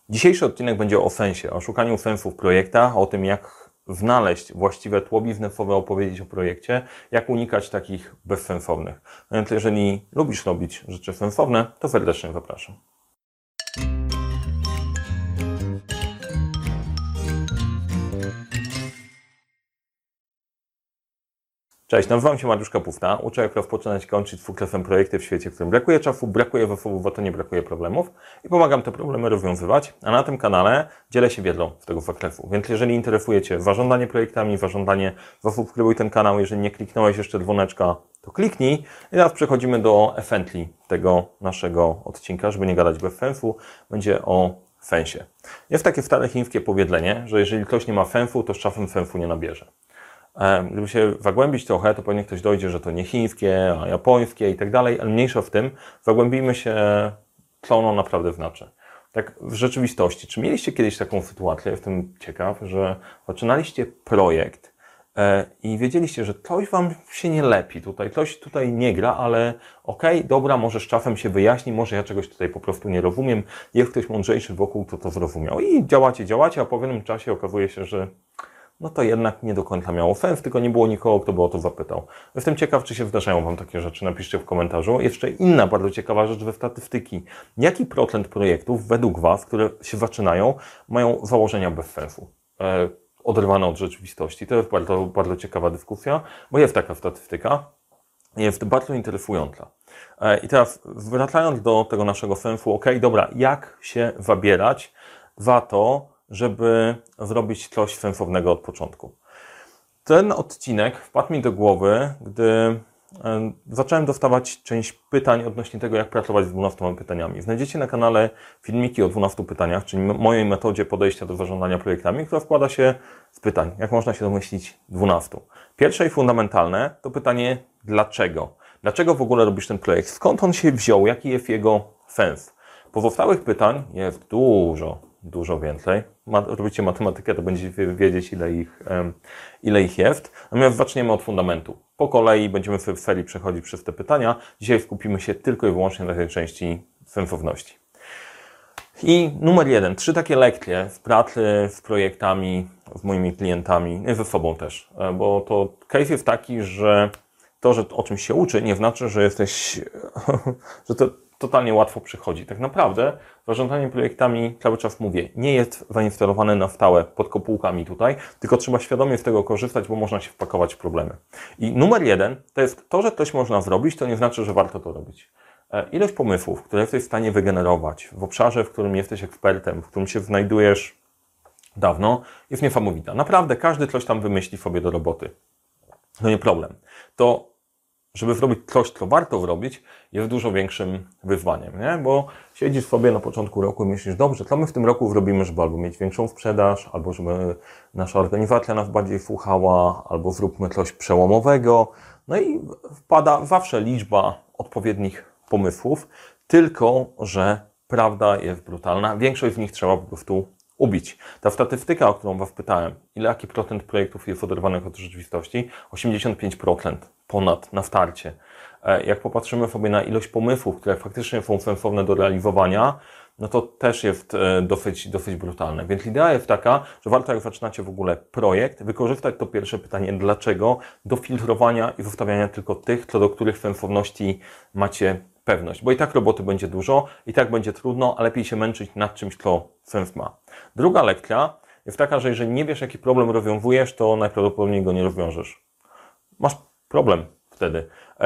Dzisiejszy odcinek będzie o fensie, o szukaniu fensu w projektach, o tym jak znaleźć właściwe tło biznesowe, opowiedzieć o projekcie, jak unikać takich bezsensownych. No więc jeżeli lubisz robić rzeczy sensowne, to serdecznie zapraszam. Cześć, nazywam się Mariusz Kapufta. Uczę, jak rozpoczynać i kończyć z sukcesem projekty w świecie, w którym brakuje czasu, brakuje zasobów, bo to nie brakuje problemów i pomagam te problemy rozwiązywać, a na tym kanale dzielę się wiedzą z tego zakresu. Więc jeżeli interesuje Cię zarządzanie projektami, zarządzanie, zasubskrybuj ten kanał. Jeżeli nie kliknąłeś jeszcze dzwoneczka, to kliknij. I teraz przechodzimy do essentially tego naszego odcinka, żeby nie gadać bez sensu. Będzie o fensie. Jest takie stare chińskie powiedzenie, że jeżeli ktoś nie ma sensu, to z czasem sensu nie nabierze. Gdyby się zagłębić trochę, to pewnie ktoś dojdzie, że to nie chińskie, a japońskie i tak dalej, ale mniejsza w tym, zagłębijmy się, co ono naprawdę znaczy. Tak w rzeczywistości, czy mieliście kiedyś taką sytuację, jestem ciekaw, że zaczynaliście projekt i wiedzieliście, że coś Wam się nie lepi tutaj, coś tutaj nie gra, ale okej, dobra, może z czasem się wyjaśni, może ja czegoś tutaj po prostu nie rozumiem, jest ktoś mądrzejszy wokół, kto to zrozumiał. I działacie, a po pewnym czasie okazuje się, że no to jednak nie do końca miało sens, tylko nie było nikogo, kto by o to zapytał. Jestem ciekaw, czy się zdarzają Wam takie rzeczy, napiszcie w komentarzu. Jeszcze inna bardzo ciekawa rzecz we statystyki. Jaki procent projektów według Was, które się zaczynają, mają założenia bez sensu? Oderwane od rzeczywistości. To jest bardzo, bardzo ciekawa dyskusja, bo jest taka statystyka. Jest bardzo interesująca. I teraz wracając do tego naszego sensu, dobra, jak się zabierać za to, żeby zrobić coś sensownego od początku. Ten odcinek wpadł mi do głowy, gdy zacząłem dostawać część pytań odnośnie tego, jak pracować z 12 pytaniami. Znajdziecie na kanale filmiki o 12 pytaniach, czyli mojej metodzie podejścia do zarządzania projektami, która składa się z pytań, jak można się domyślić, 12. Pierwsze i fundamentalne to pytanie dlaczego? Dlaczego w ogóle robisz ten projekt? Skąd on się wziął? Jaki jest jego sens? Pozostałych pytań jest dużo więcej. Robicie matematykę, to będziecie wiedzieć, ile ich jest. Natomiast zaczniemy od fundamentu. Po kolei będziemy w serii przechodzić przez te pytania. Dzisiaj skupimy się tylko i wyłącznie na tej części sensowności. I numer 1. 3 takie lekcje z pracy z projektami, z moimi klientami, ze sobą też. Bo to case jest taki, że to, że o czymś się uczy, nie znaczy, że że to totalnie łatwo przychodzi. Tak naprawdę zarządzanie projektami, cały czas mówię, nie jest zainstalowane na stałe pod kopułkami tutaj, tylko trzeba świadomie z tego korzystać, bo można się wpakować w problemy. I numer 1 to jest to, że coś można zrobić, to nie znaczy, że warto to robić. Ilość pomysłów, które jesteś w stanie wygenerować w obszarze, w którym jesteś ekspertem, w którym się znajdujesz dawno, jest niesamowita. Naprawdę każdy coś tam wymyśli sobie do roboty. To nie problem. To żeby zrobić coś, co warto zrobić, jest dużo większym wyzwaniem, nie? Bo siedzisz sobie na początku roku i myślisz, dobrze, co my w tym roku zrobimy, żeby albo mieć większą sprzedaż, albo żeby nasza organizacja nas bardziej słuchała, albo zróbmy coś przełomowego. No i wpada zawsze liczba odpowiednich pomysłów, tylko że prawda jest brutalna. Większość z nich trzeba po prostu ubić. Ta statystyka, o którą Was pytałem, jaki procent projektów jest oderwanych od rzeczywistości? 85% ponad na starcie. Jak popatrzymy sobie na ilość pomysłów, które faktycznie są sensowne do realizowania, no to też jest dosyć brutalne. Więc idea jest taka, że warto, jak zaczynacie w ogóle projekt, wykorzystać to pierwsze pytanie dlaczego do filtrowania i zostawiania tylko tych, co do których sensowności macie pewność. Bo i tak roboty będzie dużo, i tak będzie trudno, a lepiej się męczyć nad czymś, co sens ma. Druga lekcja jest taka, że jeżeli nie wiesz, jaki problem rozwiązujesz, to najprawdopodobniej go nie rozwiążesz. Masz problem wtedy.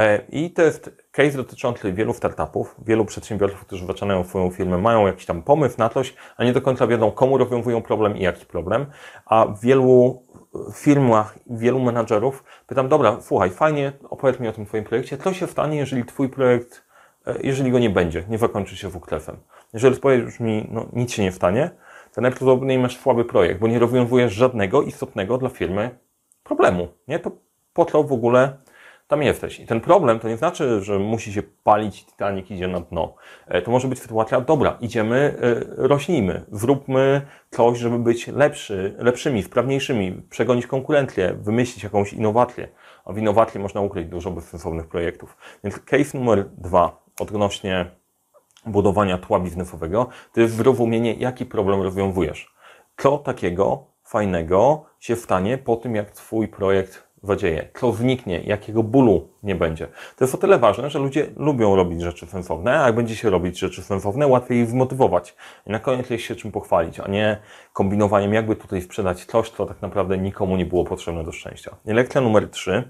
I to jest case dotyczący wielu startupów, wielu przedsiębiorców, którzy zaczynają swoją firmę, mają jakiś tam pomysł na coś, a nie do końca wiedzą, komu rozwiązują problem i jaki problem. A w wielu firmach, wielu menadżerów pytam, dobra, słuchaj, fajnie, opowiedz mi o tym Twoim projekcie. Co się stanie, jeżeli Twój projekt, jeżeli go nie będzie, nie zakończy się sukcesem? Jeżeli powiesz mi, no nic się nie stanie, to najprawdopodobniej masz słaby projekt, bo nie rozwiązujesz żadnego istotnego dla firmy problemu. Nie? To po co w ogóle tam jesteś? I ten problem to nie znaczy, że musi się palić, Titanic idzie na dno. To może być sytuacja, dobra, idziemy, rośnijmy, zróbmy coś, żeby być lepszymi, sprawniejszymi, przegonić konkurencję, wymyślić jakąś innowację. A w innowacji można ukryć dużo bezsensownych projektów. Więc case numer 2 odnośnie budowania tła biznesowego, to jest zrozumienie, jaki problem rozwiązujesz. Co takiego fajnego się stanie po tym, jak Twój projekt zadzieje, co zniknie, jakiego bólu nie będzie. To jest o tyle ważne, że ludzie lubią robić rzeczy sensowne, a jak będzie się robić rzeczy sensowne, łatwiej ich zmotywować. I na koniec jest się czym pochwalić, a nie kombinowaniem, jakby tutaj sprzedać coś, co tak naprawdę nikomu nie było potrzebne do szczęścia. I lekcja numer 3.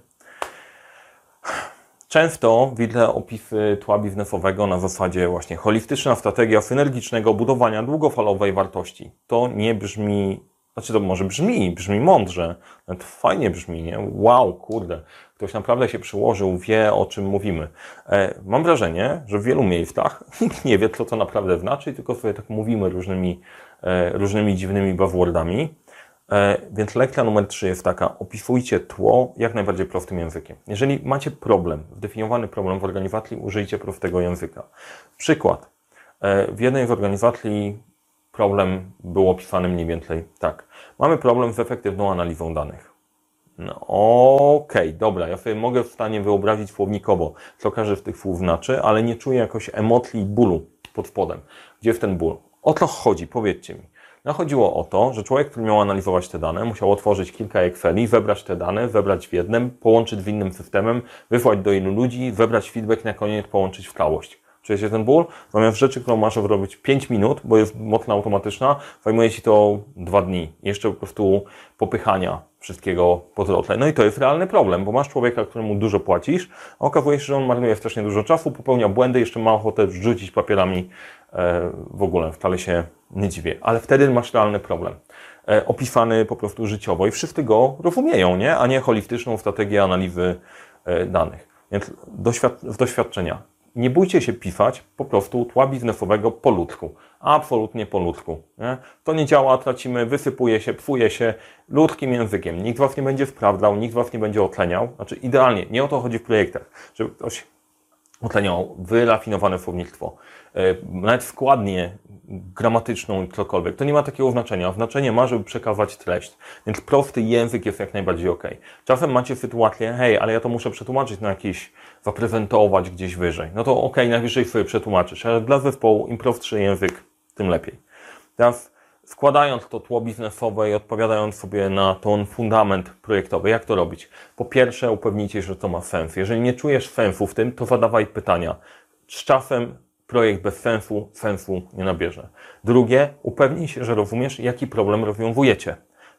Często widzę opisy tła biznesowego na zasadzie właśnie holistyczna strategia synergicznego budowania długofalowej wartości. To nie brzmi, to może brzmi mądrze, to fajnie brzmi, nie? Wow, kurde, ktoś naprawdę się przyłożył, wie o czym mówimy. Mam wrażenie, że w wielu miejscach nikt nie wie, co to naprawdę znaczy, tylko sobie tak mówimy różnymi dziwnymi buzzwordami. Więc lekcja numer 3 jest taka: opisujcie tło jak najbardziej prostym językiem. Jeżeli macie problem, zdefiniowany problem w organizacji, użyjcie prostego języka. Przykład. W jednej z organizacji problem był opisany mniej więcej tak. Mamy problem z efektywną analizą danych. No okej, dobra, ja sobie mogę w stanie wyobrazić słownikowo, co każdy z tych słów znaczy, ale nie czuję jakoś emocji i bólu pod spodem. Gdzie jest ten ból? O co chodzi? Powiedzcie mi. No, chodziło o to, że człowiek, który miał analizować te dane, musiał otworzyć kilka Exceli, webrać te dane, webrać w jednym, połączyć z innym systemem, wysłać do ilu ludzi, webrać feedback, na koniec połączyć w całość. Czujecie ten ból? Zamiast rzeczy, którą masz zrobić 5 minut, bo jest mocno automatyczna, zajmuje Ci to 2 dni. Jeszcze po prostu popychania wszystkiego po drodze. No i to jest realny problem, bo masz człowieka, któremu dużo płacisz, a okazuje się, że on marnuje strasznie dużo czasu, popełnia błędy, jeszcze ma ochotę rzucić papierami w ogóle, wcale się nie dziwię. Ale wtedy masz realny problem. Opisany po prostu życiowo i wszyscy go rozumieją, nie? A nie holistyczną strategię analizy danych. Więc z doświadczenia. Nie bójcie się pisać po prostu tła biznesowego po ludzku. Absolutnie po ludzku. Nie? To nie działa, tracimy, wysypuje się, psuje się ludzkim językiem. Nikt was nie będzie sprawdzał, nikt was nie będzie oceniał. Znaczy idealnie, nie o to chodzi w projektach, żeby ktoś oceniał wyrafinowane słownictwo, nawet składnię gramatyczną i cokolwiek. To nie ma takiego znaczenia. Znaczenie ma, żeby przekazać treść. Więc prosty język jest jak najbardziej ok. Czasem macie sytuację, hej, ale ja to muszę przetłumaczyć na jakiś, zaprezentować gdzieś wyżej. No to ok, najwyżej sobie przetłumaczysz, ale dla zespołu im prostszy język, tym lepiej. Teraz składając to tło biznesowe i odpowiadając sobie na ten fundament projektowy, jak to robić? Po pierwsze, upewnijcie się, że to ma sens. Jeżeli nie czujesz sensu w tym, to zadawaj pytania. Z czasem projekt bez sensu nie nabierze. Drugie, upewnij się, że rozumiesz, jaki problem rozwiązujecie.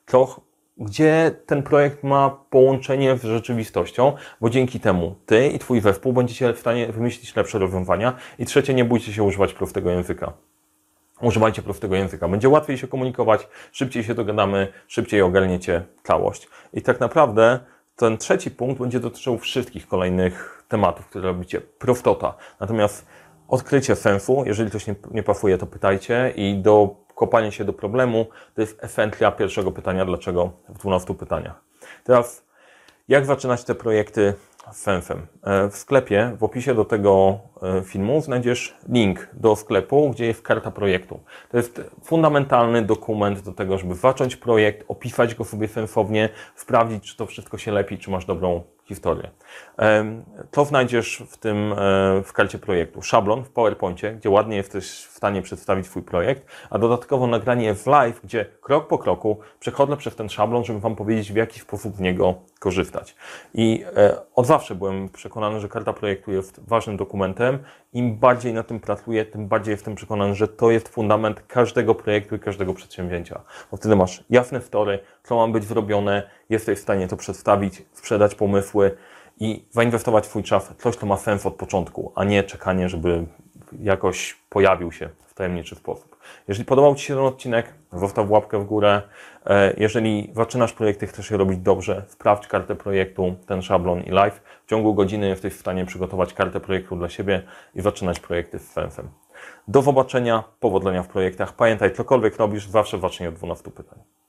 Gdzie ten projekt ma połączenie z rzeczywistością, bo dzięki temu Ty i Twój zespół będziecie w stanie wymyślić lepsze rozwiązania. I trzecie, nie bójcie się używać prostego języka. Używajcie prostego języka. Będzie łatwiej się komunikować, szybciej się dogadamy, szybciej ogarniecie całość. I tak naprawdę ten trzeci punkt będzie dotyczył wszystkich kolejnych tematów, które robicie. Prostota. Natomiast odkrycie sensu, jeżeli coś nie pasuje, to pytajcie i dokopanie się do problemu to jest esencja pierwszego pytania, dlaczego w 12 pytaniach. Teraz, jak zaczynać te projekty z sensem? W sklepie, w opisie do tego filmu znajdziesz link do sklepu, gdzie jest karta projektu. To jest fundamentalny dokument do tego, żeby zacząć projekt, opisać go sobie sensownie, sprawdzić, czy to wszystko się lepi, czy masz dobrą historię. To znajdziesz w karcie projektu. Szablon w PowerPoincie, gdzie ładnie jesteś w stanie przedstawić swój projekt, a dodatkowo nagranie w live, gdzie krok po kroku przechodzę przez ten szablon, żeby Wam powiedzieć, w jaki sposób z niego korzystać. I od zawsze byłem przekonany, że karta projektu jest ważnym dokumentem. Im bardziej na tym pracuję, tym bardziej jestem przekonany, że to jest fundament każdego projektu i każdego przedsięwzięcia. Bo wtedy masz jasne story, co ma być zrobione, jesteś w stanie to przedstawić, sprzedać pomysły i zainwestować w swój czas, coś, co ma sens od początku, a nie czekanie, żeby jakoś pojawił się w tajemniczy sposób. Jeżeli podobał Ci się ten odcinek, zostaw łapkę w górę. Jeżeli zaczynasz projekty, chcesz je robić dobrze, sprawdź kartę projektu, ten szablon i live. W ciągu godziny jesteś w stanie przygotować kartę projektu dla siebie i zaczynać projekty z sensem. Do zobaczenia, powodzenia w projektach. Pamiętaj, cokolwiek robisz, zawsze zacznij od 12 pytań.